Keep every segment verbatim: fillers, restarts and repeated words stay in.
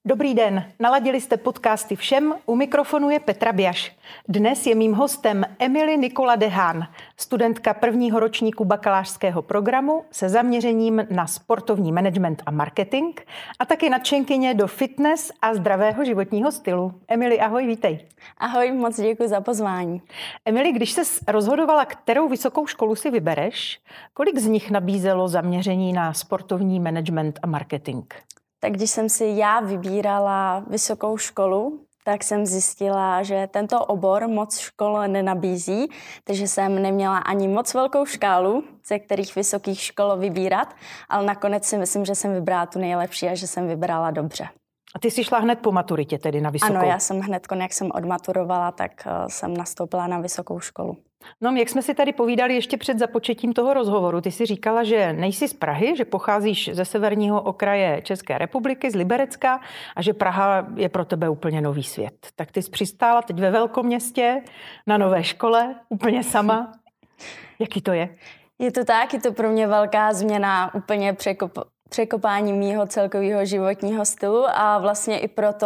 Dobrý den, naladili jste podcasty Všem, u mikrofonu je Petra Biaš. Dnes je mým hostem Emily Nikola Dehán, studentka prvního ročníku bakalářského programu se zaměřením na sportovní management a marketing a taky nadšenkyně do fitness a zdravého životního stylu. Emily, ahoj, vítej. Ahoj, moc děkuji za pozvání. Emily, když ses rozhodovala, kterou vysokou školu si vybereš, kolik z nich nabízelo zaměření na sportovní management a marketing? Tak když jsem si já vybírala vysokou školu, tak jsem zjistila, že tento obor moc škol nenabízí, takže jsem neměla ani moc velkou škálu, ze kterých vysokých škol vybírat, ale nakonec si myslím, že jsem vybrala tu nejlepší a že jsem vybrala dobře. A ty jsi šla hned po maturitě tedy na vysokou? Ano, já jsem hned, jak jsem odmaturovala, tak jsem nastoupila na vysokou školu. No, jak jsme si tady povídali ještě před započetím toho rozhovoru, ty jsi říkala, že nejsi z Prahy, že pocházíš ze severního okraje České republiky, z Liberecka a že Praha je pro tebe úplně nový svět. Tak ty jsi přistála teď ve velkoměstě na nové škole, úplně sama. Jaký to je? Je to tak, je to pro mě velká změna, úplně překop... překopání mýho celkového životního stylu a vlastně i proto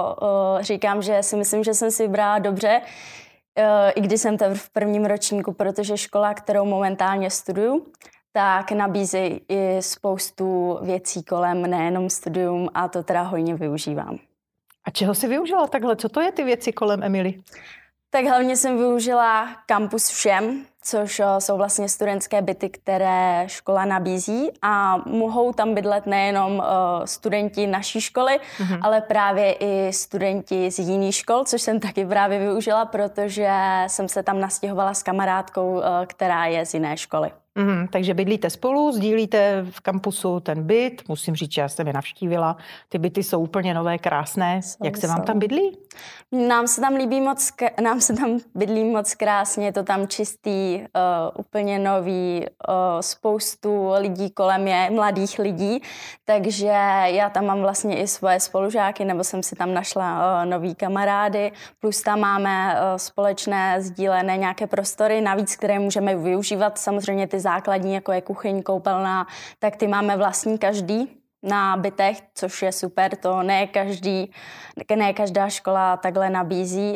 uh, říkám, že si myslím, že jsem si vybrala dobře, uh, i když jsem teprve v prvním ročníku, protože škola, kterou momentálně studuju, tak nabízí i spoustu věcí kolem, nejenom studium a to teda hojně využívám. A čeho jsi využila takhle? Co to je ty věci kolem, Emily? Tak hlavně jsem využila kampus Všem, což jsou vlastně studentské byty, které škola nabízí a mohou tam bydlet nejenom uh, studenti naší školy, mm-hmm. ale právě i studenti z jiných škol, což jsem taky právě využila, protože jsem se tam nastěhovala s kamarádkou, uh, která je z jiné školy. Mm, takže bydlíte spolu, sdílíte v kampusu ten byt, musím říct, že já jsem je navštívila, ty byty jsou úplně nové, krásné. Jsou, Jak se vám jsou. tam bydlí? Nám se tam líbí moc, nám se tam bydlí moc krásně, je to tam čistý, uh, úplně nový, uh, spoustu lidí kolem je, mladých lidí, takže já tam mám vlastně i svoje spolužáky, nebo jsem si tam našla uh, nový kamarády, plus tam máme uh, společné sdílené nějaké prostory, navíc, které můžeme využívat, samozřejmě ty základní, jako je kuchyň, koupelna, tak ty máme vlastní každý na bytech, což je super, to ne každý, ne každá škola takhle nabízí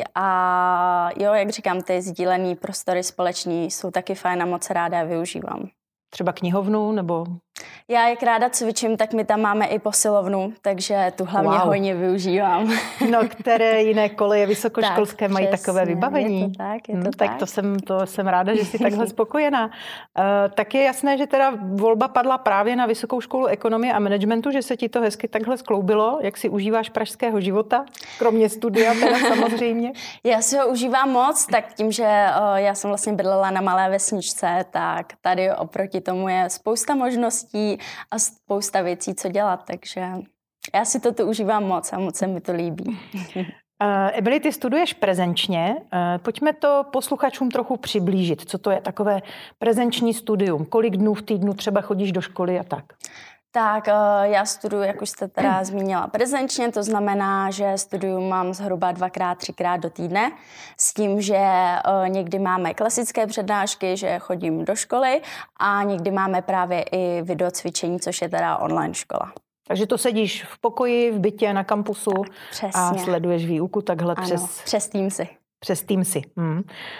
a jo, jak říkám, ty sdílený prostory společní jsou taky fajn a moc ráda je využívám. Třeba knihovnu nebo... Já jak ráda cvičím, tak my tam máme i posilovnu, takže tu hlavně wow. hojně využívám. No, které jiné koleje vysokoškolské tak, mají přesně, takové vybavení. Je to tak, je to no, tak. Tak to jsem, to jsem ráda, že jsi takhle spokojená. Uh, tak je jasné, že teda volba padla právě na Vysokou školu ekonomie a managementu, že se ti to hezky takhle skloubilo. Jak si užíváš pražského života? Kromě studia teda samozřejmě. Já si ho užívám moc, tak tím, že uh, já jsem vlastně bydlela na malé vesničce, tak tady oproti tomu je spousta možností a spousta věcí, co dělat, takže já si toto užívám moc a moc se mi to líbí. Uh, Emily, ty studuješ prezenčně. Uh, pojďme to posluchačům trochu přiblížit. Co to je takové prezenční studium? Kolik dnů v týdnu třeba chodíš do školy a tak? Tak já studuji, jak už jste teda zmínila, prezenčně, to znamená, že studium mám zhruba dvakrát, třikrát do týdne, s tím, že někdy máme klasické přednášky, že chodím do školy a někdy máme právě i videocvičení, což je teda online škola. Takže to sedíš v pokoji, v bytě, na kampusu. Přesně. A sleduješ výuku takhle ano, přes... přes Teamsy. Přes Teamsy. Hmm.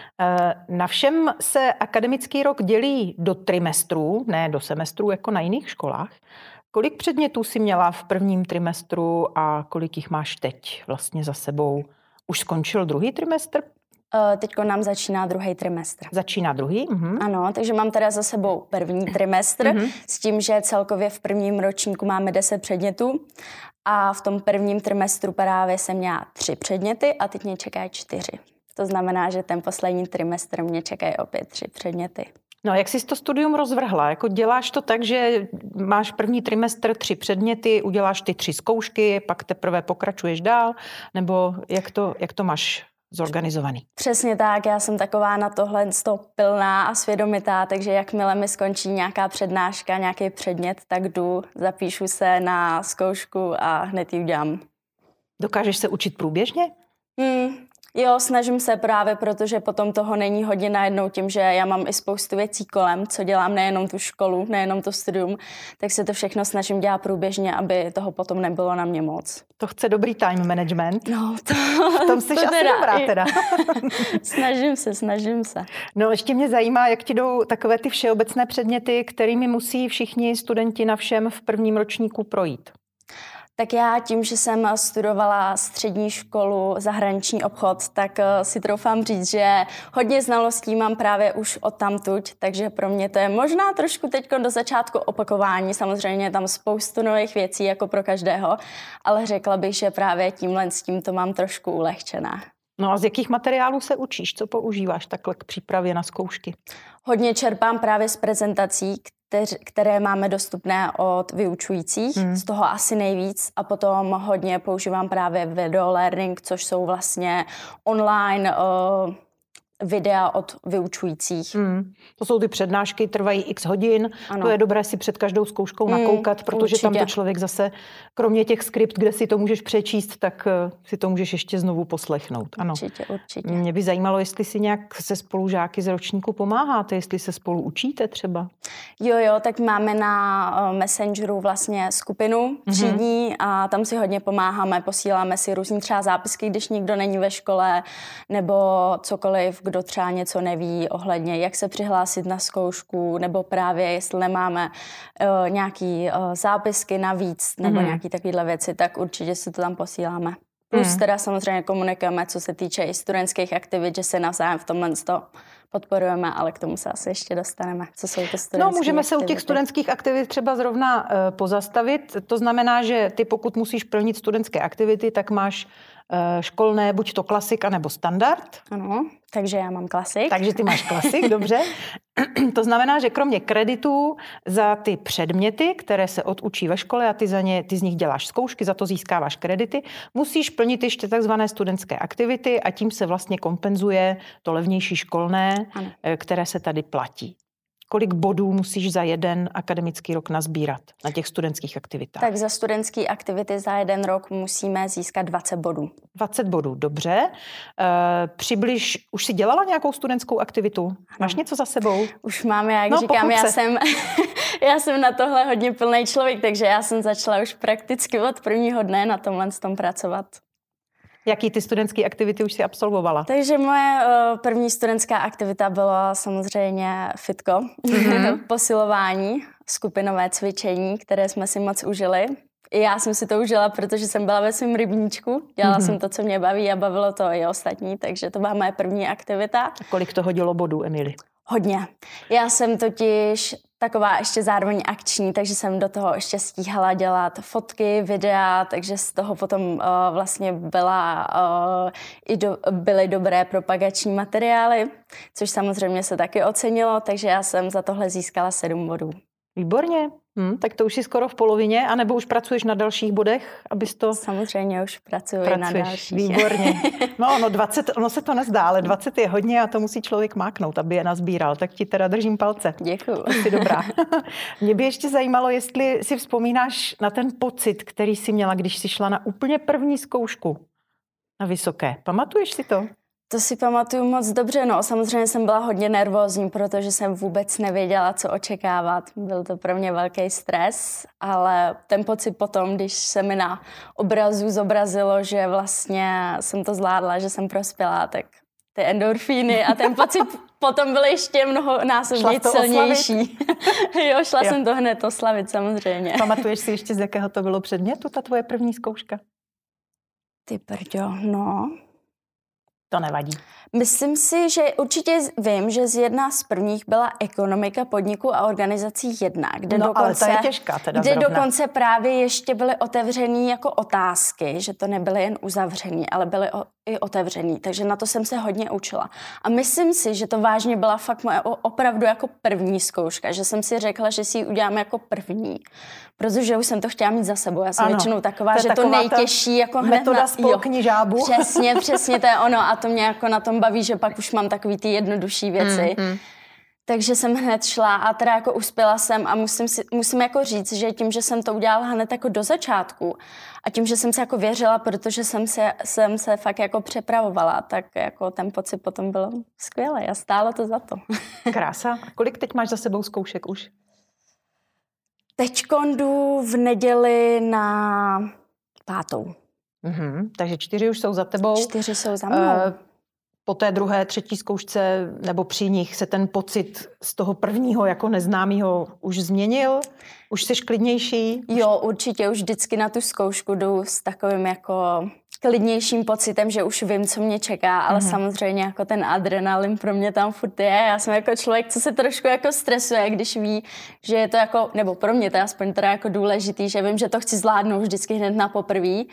Na Všem se akademický rok dělí do trimestrů, ne do semestrů jako na jiných školách. Kolik předmětů jsi měla v prvním trimestru a kolik jich máš teď vlastně za sebou? Už skončil druhý trimestr? Teďko nám začíná druhý trimestr. Začíná druhý? Mhm. Ano, takže mám teda za sebou první trimestr mhm. s tím, že celkově v prvním ročníku máme deset předmětů a v tom prvním trimestru právě jsem měla tři předměty a teď mě čekají čtyři. To znamená, že ten poslední trimestr mě čekají opět tři předměty. No, jak jsi to studium rozvrhla? Jako děláš to tak, že máš první trimestr tři předměty, uděláš ty tři zkoušky, pak teprve pokračuješ dál, nebo jak to, jak to máš zorganizovaný? Přesně tak, já jsem taková na tohle pilná a svědomitá, takže jakmile mi skončí nějaká přednáška, nějaký předmět, tak jdu, zapíšu se na zkoušku a hned ji udělám. Dokážeš se učit průběžně? Hmm, Jo, snažím se právě, protože potom toho není hodně najednou tím, že já mám i spoustu věcí kolem, co dělám nejenom tu školu, nejenom to studium, tak se to všechno snažím dělat průběžně, aby toho potom nebylo na mě moc. To chce dobrý time management. No, to, v tom jsi to asi teda, dobrá teda. Snažím se, snažím se. No ještě mě zajímá, jak ti jdou takové ty všeobecné předměty, kterými musí všichni studenti na všem v prvním ročníku projít. Tak já tím, že jsem studovala střední školu zahraniční obchod, tak si troufám říct, že hodně znalostí mám právě už odtamtud, takže pro mě to je možná trošku teď do začátku opakování, samozřejmě je tam spoustu nových věcí jako pro každého, ale řekla bych, že právě tímhle s tím to mám trošku ulehčená. No a z jakých materiálů se učíš? Co používáš takhle k přípravě na zkoušky? Hodně čerpám právě z prezentací, které máme dostupné od vyučujících, hmm. z toho asi nejvíc a potom hodně používám právě video learning, což jsou vlastně online uh, videa od vyučujících. Hmm. To jsou ty přednášky, trvají x hodin, ano. To je dobré si před každou zkouškou hmm, nakoukat, protože určitě. Tam to člověk zase, kromě těch skript, kde si to můžeš přečíst, tak si to můžeš ještě znovu poslechnout. Ano. Určitě, určitě. Mě by zajímalo, jestli si nějak se spolužáky z ročníku pomáháte, jestli se spolu učíte třeba. Jo, jo, tak máme na Messengeru vlastně skupinu třídní mm-hmm. a tam si hodně pomáháme, posíláme si různý třeba zápisky, když nikdo není ve škole, nebo cokoliv, kdo třeba něco neví ohledně, jak se přihlásit na zkoušku, nebo právě jestli nemáme uh, nějaký uh, zápisky navíc, nebo mm. nějaký takovýhle věci, tak určitě si to tam posíláme. Plus mm. teda samozřejmě komunikujeme, co se týče i studentských aktivit, že se navzájem v tomhle to podporujeme, ale k tomu se asi ještě dostaneme. Co jsou to studentské No, můžeme aktivity? Se u těch studentských aktivit třeba zrovna uh, pozastavit. To znamená, že ty pokud musíš plnit studentské aktivity, tak máš školné, buď to klasik, anebo standard. Ano, takže já mám klasik. Takže ty máš klasik, dobře. To znamená, že kromě kreditů za ty předměty, které se odučí ve škole a ty, za ně, ty z nich děláš zkoušky, za to získáváš kredity, musíš plnit ještě takzvané studentské aktivity a tím se vlastně kompenzuje to levnější školné, ano. které se tady platí. Kolik bodů musíš za jeden akademický rok nazbírat na těch studentských aktivitách? Tak za studentské aktivity za jeden rok musíme získat dvacet bodů. dvacet bodů, dobře. E, přibliž, už jsi dělala nějakou studentskou aktivitu? Máš ano. něco za sebou? Už mám, jak no, říkám, já jsem, já jsem na tohle hodně plný člověk, takže já jsem začala už prakticky od prvního dne na tomhle s tom pracovat. Jaký ty studentské aktivity už jsi absolvovala? Takže moje uh, první studentská aktivita byla samozřejmě fitko, mm-hmm. posilování, skupinové cvičení, které jsme si moc užili. I já jsem si to užila, protože jsem byla ve svém rybníčku, dělala mm-hmm. jsem to, co mě baví a bavilo to i ostatní, takže to byla moje první aktivita. A kolik to hodilo bodů, Emily? Hodně. Já jsem totiž taková ještě zároveň akční, takže jsem do toho ještě stíhala dělat fotky, videa, takže z toho potom uh, vlastně byla, uh, i do, byly dobré propagační materiály, což samozřejmě se taky ocenilo, takže já jsem za tohle získala sedm bodů. Výborně. Hm, tak to už jsi skoro v polovině, anebo už pracuješ na dalších bodech, abys to... Samozřejmě už pracuji Pracuješ. na dalších. Výborně. No, no dvacet, ono se to nezdá, ale dvacet je hodně a to musí člověk máknout, aby je nazbíral. Tak ti teda držím palce. Děkuju. Jsi dobrá. Mě by ještě zajímalo, jestli si vzpomínáš na ten pocit, který jsi měla, když jsi šla na úplně první zkoušku na vysoké. Pamatuješ si to? To si pamatuju moc dobře, no samozřejmě jsem byla hodně nervózní, protože jsem vůbec nevěděla, co očekávat. Byl to pro mě velký stres, ale ten pocit potom, když se mi na obrazu zobrazilo, že vlastně jsem to zvládla, že jsem prospěla, tak ty endorfíny a ten pocit potom byl ještě mnohonásobně silnější. jo, šla jo. jsem to hned oslavit samozřejmě. Pamatuješ si ještě, z jakého to bylo předmětu, ta tvoje první zkouška? Ty prďo, no... To nevadí. Myslím si, že určitě vím, že z jedna z prvních byla ekonomika podniku a organizací jedna, kde, no, dokonce, ale to je těžká teda kde zrovna. dokonce právě ještě byly otevřený jako otázky, že to nebyly jen uzavřený, ale byly o, i otevřený, takže na to jsem se hodně učila. A myslím si, že to vážně byla fakt moje opravdu jako první zkouška, že jsem si řekla, že si ji udělám jako první, protože už jsem to chtěla mít za sebou. Já jsem ano, většinou taková, to že to nejtěžší jako hned metoda na... spolkni žábu. Přesně, přesně, to je ono a to mě jako na tom baví, že pak už mám takový ty jednodušší věci. Mm, mm. Takže jsem hned šla a teda jako uspěla jsem a musím, si, musím jako říct, že tím, že jsem to udělala hned jako do začátku a tím, že jsem se jako věřila, protože jsem se, jsem se fakt jako přepravovala, tak jako ten pocit potom byl skvělý a stálo to za to. Krása. A kolik teď máš za sebou zkoušek už? Teďkon jdu v neděli na pátou. Mm-hmm, takže čtyři už jsou za tebou. Čtyři jsou za mnou. Uh, po té druhé, třetí zkoušce nebo při nich se ten pocit z toho prvního jako neznámého už změnil? Už jsi klidnější? Už... Jo, určitě už vždycky na tu zkoušku jdu s takovým jako klidnějším pocitem, že už vím, co mě čeká, ale mm-hmm. samozřejmě jako ten adrenalin pro mě tam furt je. Já jsem jako člověk, co se trošku jako stresuje, když ví, že je to jako, nebo pro mě to je aspoň teda jako důležitý, že vím, že to chci zvládnout vždycky hned na poprví.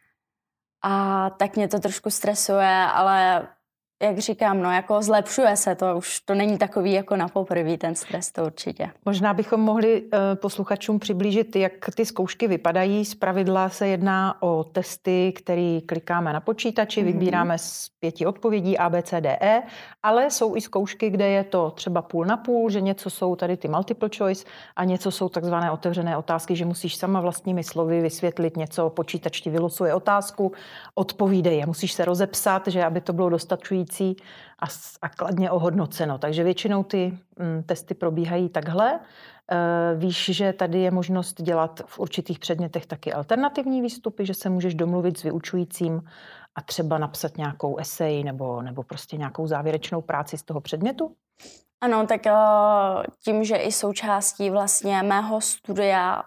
A tak mě to trošku stresuje, ale jak říkám, no jako zlepšuje se to, už to není takový jako na poprvé ten stres, to určitě. Možná bychom mohli uh, posluchačům přiblížit, jak ty zkoušky vypadají. Zpravidla se jedná o testy, které klikáme na počítači, mm-hmm. vybíráme z pěti odpovědí A, B, C, D, E, ale jsou i zkoušky, kde je to třeba půl na půl, že něco jsou tady ty multiple choice a něco jsou takzvané otevřené otázky, že musíš sama vlastními slovy vysvětlit něco, počítač ti vylosuje otázku, odpovídej a musíš se rozepsat, že aby to bylo dostačující A, a kladně ohodnoceno. Takže většinou ty m, testy probíhají takhle. E, víš, že tady je možnost dělat v určitých předmětech taky alternativní výstupy, že se můžeš domluvit s vyučujícím a třeba napsat nějakou esej nebo, nebo prostě nějakou závěrečnou práci z toho předmětu? Ano, tak tím, že i součástí vlastně mého studia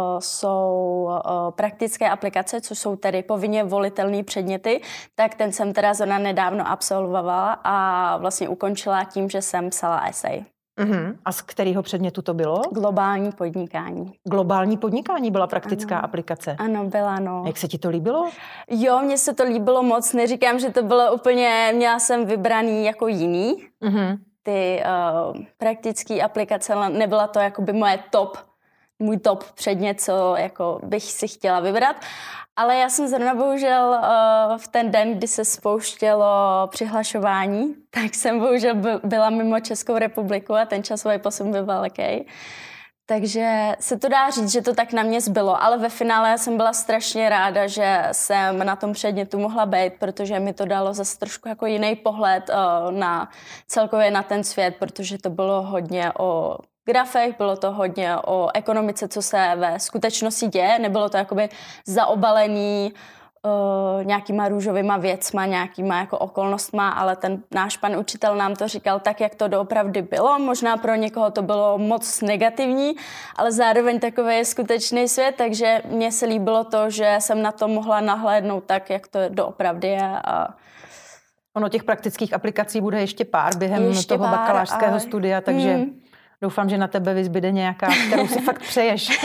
jsou praktické aplikace, což jsou tedy povinně volitelné předměty, tak ten jsem teda zrovna nedávno absolvovala a vlastně ukončila tím, že jsem psala esej. Uh-huh. A z kterého předmětu to bylo? Globální podnikání. Globální podnikání byla praktická ano. aplikace? Ano, byla, no. Jak se ti to líbilo? Jo, mně se to líbilo moc, neříkám, že to bylo úplně, měla jsem vybraný jako jiný. Uh-huh. Ty uh, praktické aplikace, nebyla to jakoby moje top, můj top předmět, co jako bych si chtěla vybrat. Ale já jsem zrovna bohužel uh, v ten den, kdy se spouštělo přihlašování, tak jsem bohužel byla mimo Českou republiku a ten časový posun byl velký. Takže se to dá říct, že to tak na mě zbylo, ale ve finále jsem byla strašně ráda, že jsem na tom předmětu mohla být, protože mi to dalo zase trošku jako jiný pohled uh, na celkově na ten svět, protože to bylo hodně o grafech, bylo to hodně o ekonomice, co se ve skutečnosti děje, nebylo to jakoby zaobalený uh, nějakýma růžovýma věcma, nějakýma jako okolnostma, ale ten náš pan učitel nám to říkal tak, jak to doopravdy bylo. Možná pro někoho to bylo moc negativní, ale zároveň takový je skutečný svět, takže mně se líbilo to, že jsem na to mohla nahlédnout tak, jak to doopravdy je. A ono těch praktických aplikací bude ještě pár během ještě toho pár, bakalářského ale... studia, takže hmm. doufám, že na tebe vyzbyde nějaká, kterou si fakt přeješ.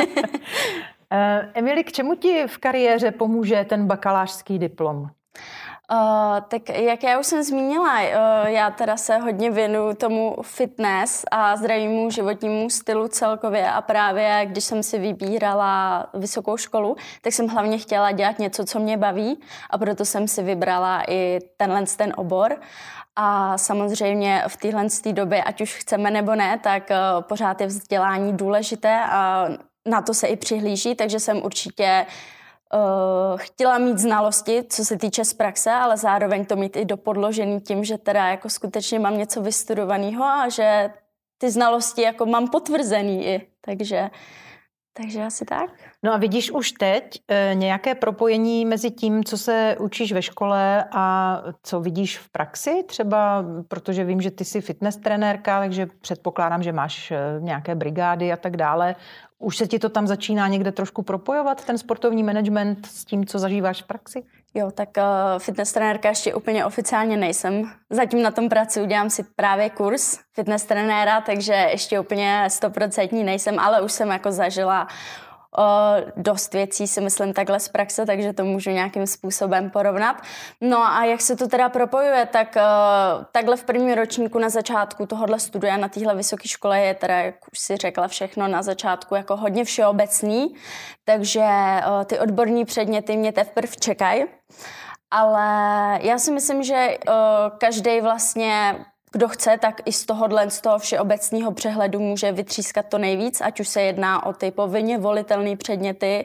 Emily, k čemu ti v kariéře pomůže ten bakalářský diplom? Uh, tak jak já už jsem zmínila, uh, já teda se hodně věnuju tomu fitness a zdravému životnímu stylu celkově a právě když jsem si vybírala vysokou školu, tak jsem hlavně chtěla dělat něco, co mě baví a proto jsem si vybrala i tenhle ten obor. A samozřejmě v téhle době, ať už chceme nebo ne, tak uh, pořád je vzdělání důležité a na to se i přihlíží, takže jsem určitě uh, chtěla mít znalosti, co se týče z praxe, ale zároveň to mít i dopodložený tím, že teda jako skutečně mám něco vystudovaného a že ty znalosti jako mám potvrzený i, takže, takže asi tak. No a vidíš už teď e, nějaké propojení mezi tím, co se učíš ve škole a co vidíš v praxi? Třeba, protože vím, že ty jsi fitness trenérka, takže předpokládám, že máš e, nějaké brigády a tak dále. Už se ti to tam začíná někde trošku propojovat, ten sportovní management s tím, co zažíváš v praxi? Jo, tak uh, fitness trenérka ještě úplně oficiálně nejsem. Zatím na tom pracuji, dělám si právě kurz fitness trenéra, takže ještě úplně stoprocentní nejsem, ale už jsem jako zažila uh, dost věcí, si myslím, takhle z praxe, takže to můžu nějakým způsobem porovnat. No a jak se to teda propojuje, tak uh, takhle v prvním ročníku na začátku tohohle studia na téhle vysoké škole je teda, jak už si řekla, všechno na začátku jako hodně všeobecný, takže uh, ty odborní předměty mě teprv čekají. Ale já si myslím, že uh, každý vlastně kdo chce, tak i z tohohle, z toho všeobecného přehledu může vytřískat to nejvíc, ať už se jedná o ty povinně volitelné předměty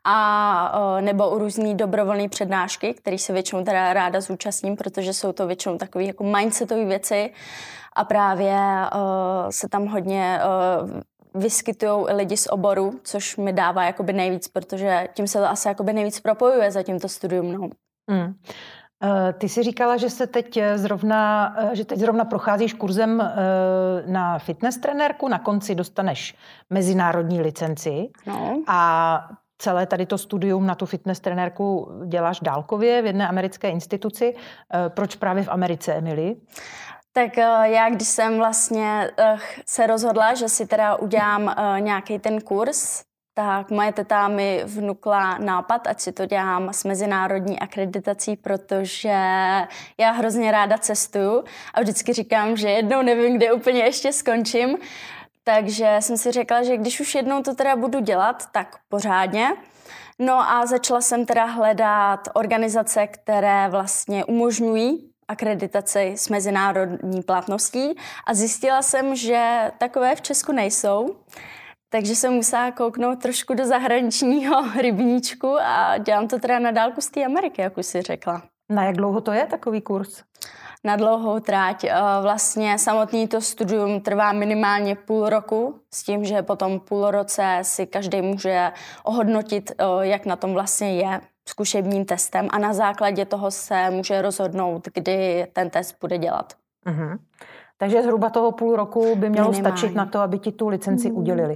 a nebo o různý dobrovolné přednášky, které se většinou teda ráda zúčastním, protože jsou to většinou takové jako mindsetové věci a právě uh, se tam hodně uh, vyskytují i lidi z oboru, což mi dává jakoby nejvíc, protože tím se to asi jakoby nejvíc propojuje za tímto studium. No. Hmm. Ty jsi říkala, že se teď zrovna, že teď zrovna procházíš kurzem na fitness trenérku, na konci dostaneš mezinárodní licenci No. a celé tady to studium na tu fitness trenérku děláš dálkově v jedné americké instituci. Proč právě v Americe, Emily? Tak já, když jsem vlastně se rozhodla, že si teda udělám nějaký ten kurz, tak moje teta mi vnukla nápad, ať si to dělám s mezinárodní akreditací, protože já hrozně ráda cestuju a vždycky říkám, že jednou nevím, kde úplně ještě skončím. Takže jsem si řekla, že když už jednou to teda budu dělat, tak pořádně. No a začala jsem teda hledat organizace, které vlastně umožňují akreditaci s mezinárodní platností a zjistila jsem, že takové v Česku nejsou. Takže jsem musela kouknout trošku do zahraničního rybníčku a dělám to teda na dálku z té Ameriky, jak už si řekla. Na jak dlouho to je takový kurz? Na dlouhou tráť. Vlastně samotný to studium trvá minimálně půl roku, s tím, že potom půl roce si každý může ohodnotit, jak na tom vlastně je zkušebním testem a na základě toho se může rozhodnout, kdy ten test bude dělat. Mhm. Takže zhruba toho půl roku by mělo Minimálně. stačit na to, aby ti tu licenci udělili.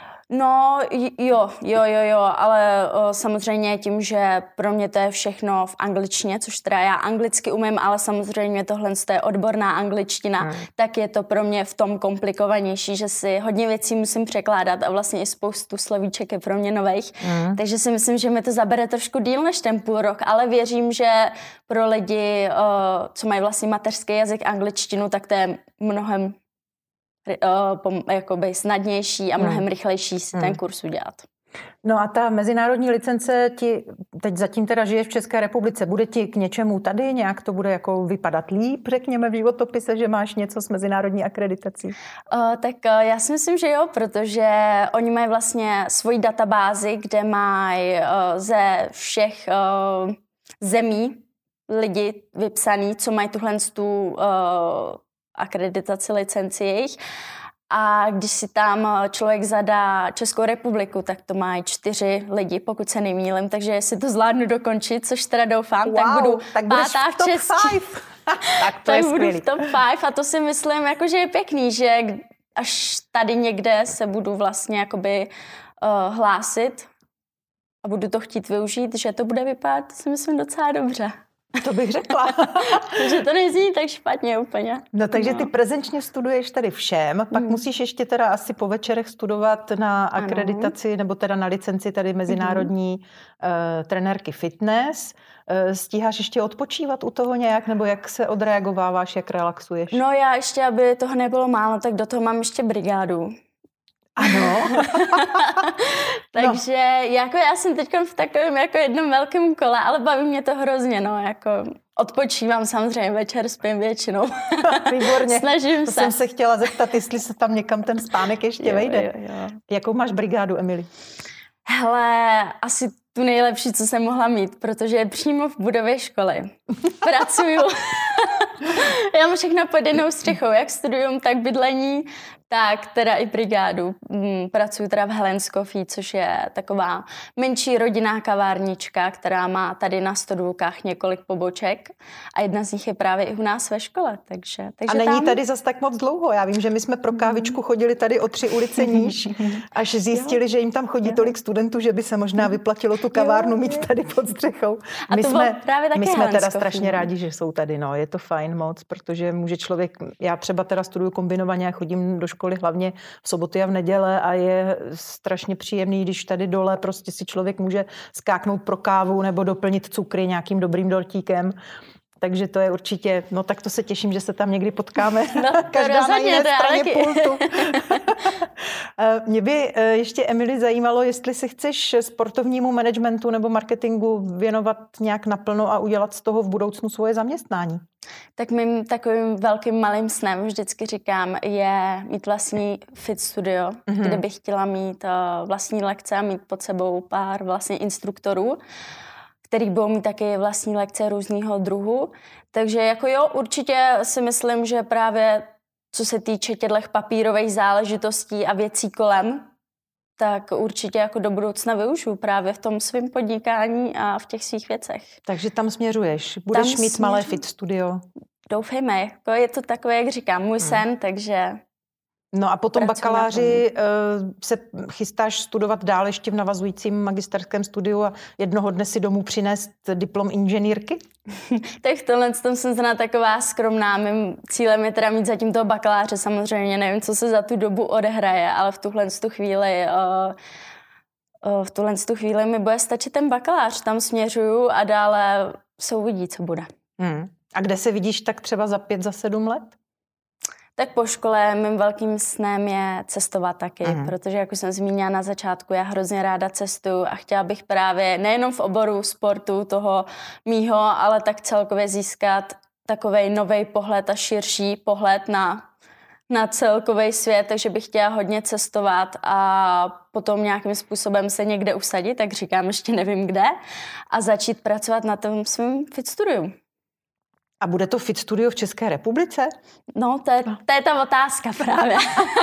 No jo, jo, jo, jo, ale o, samozřejmě tím, že pro mě to je všechno v angličtině, což teda já anglicky umím, ale samozřejmě tohle je odborná angličtina, hmm. tak je to pro mě v tom komplikovanější, že si hodně věcí musím překládat a vlastně i spoustu slovíček je pro mě nových. Hmm. Takže si myslím, že mi to zabere trošku díl než ten půl rok, ale věřím, že pro lidi, o, co mají vlastně mateřský jazyk angličtinu, tak to je mnohem Uh, jakoby snadnější a mnohem hmm. rychlejší si hmm. ten kurz udělat. No a ta mezinárodní licence ti, teď zatím teda žiješ v České republice, bude ti k něčemu tady, nějak to bude jako vypadat líp, řekněme v životopise, že máš něco s mezinárodní akreditací? Uh, tak uh, já si myslím, že jo, protože oni mají vlastně svoji databázi, kde mají uh, ze všech uh, zemí lidi vypsaný, co mají tuhle tu uh, akreditaci, licenci jejich. A když si tam člověk zadá Českou republiku, tak to mají čtyři lidi, pokud se nemýlím, takže jestli to zvládnu dokončit, což teda doufám, wow, tak budu tak pátá v, top České. tak to tak je budu skvělý. v top pět a to si myslím, jako, že je pěkný, že až tady někde se budu vlastně jakoby uh, hlásit a budu to chtít využít, že to bude vypadat, si myslím, docela dobře. To bych řekla. Takže to nezní tak špatně úplně. No takže ty prezenčně studuješ tady všem, pak mm. musíš ještě teda asi po večerech studovat na akreditaci ano. nebo teda na licenci tady mezinárodní mm. uh, trenérky fitness. Uh, stíháš ještě odpočívat u toho nějak, nebo jak se odreagováváš, jak relaxuješ? No já ještě, aby toho nebylo málo, tak do toho mám ještě brigádu. Ano. Takže no. jako já jsem teď v takovém jako jednom velkém kole, ale baví mě to hrozně, no, jako odpočívám samozřejmě, večer spím většinou. Výborně. Snažím to se. jsem se chtěla zeptat, jestli se tam někam ten spánek ještě jo, vejde. Jo, jo. Jakou máš brigádu, Emily? Hele, asi tu nejlepší, co jsem mohla mít, protože je přímo v budově školy. Pracuju. Já mám všechno pod jednou střechou, jak studium, tak bydlení, tak teda i brigádu. Pracuji teda v Helen's Coffee, což je taková menší rodinná kavárnička, která má tady na Stodůlkách několik poboček a jedna z nich je právě i u nás ve škole. Takže, takže a není tam... tady zas tak moc dlouho. Já vím, že my jsme pro kávičku chodili tady o tři ulice níž, až zjistili, jo. že jim tam chodí jo. tolik studentů, že by se možná vyplatilo tu kavárnu jo, mít tady pod střechou. A my to jsme, právě my jsme teda Coffee. strašně rádi, že jsou tady. No, je to fajn moc, protože může člověk, já třeba teda studuju kombinovaně a chodím do školy hlavně v soboty a v neděle a je strašně příjemný, když tady dole prostě si člověk může skáknout pro kávu nebo doplnit cukry nějakým dobrým dortíkem. takže to je určitě, no tak to se těším, že se tam někdy potkáme. No, Každá na jiné straně pultu. Mě by ještě, Emily, zajímalo, jestli se chceš sportovnímu managementu nebo marketingu věnovat nějak naplno a udělat z toho v budoucnu svoje zaměstnání. Tak mým takovým velkým malým snem, vždycky říkám, je mít vlastní fit studio, mm-hmm. kde bych chtěla mít uh, vlastní lekce a mít pod sebou pár vlastně instruktorů, který budou mít taky vlastní lekce různého druhu. Takže jako jo, určitě si myslím, že právě co se týče těchto papírových záležitostí a věcí kolem, tak určitě jako do budoucna využiju právě v tom svém podnikání a v těch svých věcech. Takže tam směřuješ? Budeš tam mít směřu... malé fit studio? Doufejme, jako je to takové, jak říkám, můj hmm. sen, takže... No a potom bakaláři uh, se chystáš studovat dál ještě v navazujícím magisterském studiu a jednoho dne si domů přinést diplom inženýrky? Tak v tomhle tom jsem zna taková skromná. Mým cílem je teda mít zatím toho bakaláře. Samozřejmě nevím, co se za tu dobu odehraje, ale v tuhle tu chvíli... Uh, uh, v tuhle tu chvíli mi bude stačit ten bakalář. Tam směřuju a dále se uvidí, co bude. Hmm. A kde se vidíš tak třeba za pět, za sedm let? Tak po škole mým velkým snem je cestovat taky, mm. protože, jak už jsem zmínila na začátku, já hrozně ráda cestuju a chtěla bych právě nejenom v oboru sportu toho mýho, ale tak celkově získat takovej novej pohled a širší pohled na, na celkový svět, takže bych chtěla hodně cestovat a potom nějakým způsobem se někde usadit, tak říkám, ještě nevím kde, a začít pracovat na tom svém fit studiu. A bude to fit studio v České republice? No, to je, to je ta otázka právě.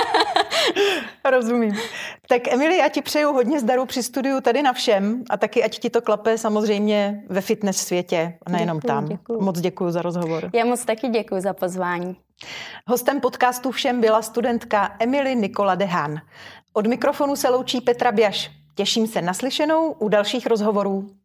Rozumím. Tak Emily, já ti přeju hodně zdaru při studiu tady na všem a taky ať ti to klape samozřejmě ve fitness světě, nejenom děkuju, tam. Děkuju. Moc děkuju za rozhovor. Já moc taky děkuju za pozvání. Hostem podcastu Všem byla studentka Emily Nikola de Haan. Od mikrofonu se loučí Petra Biaš. Těším se na slyšenou u dalších rozhovorů.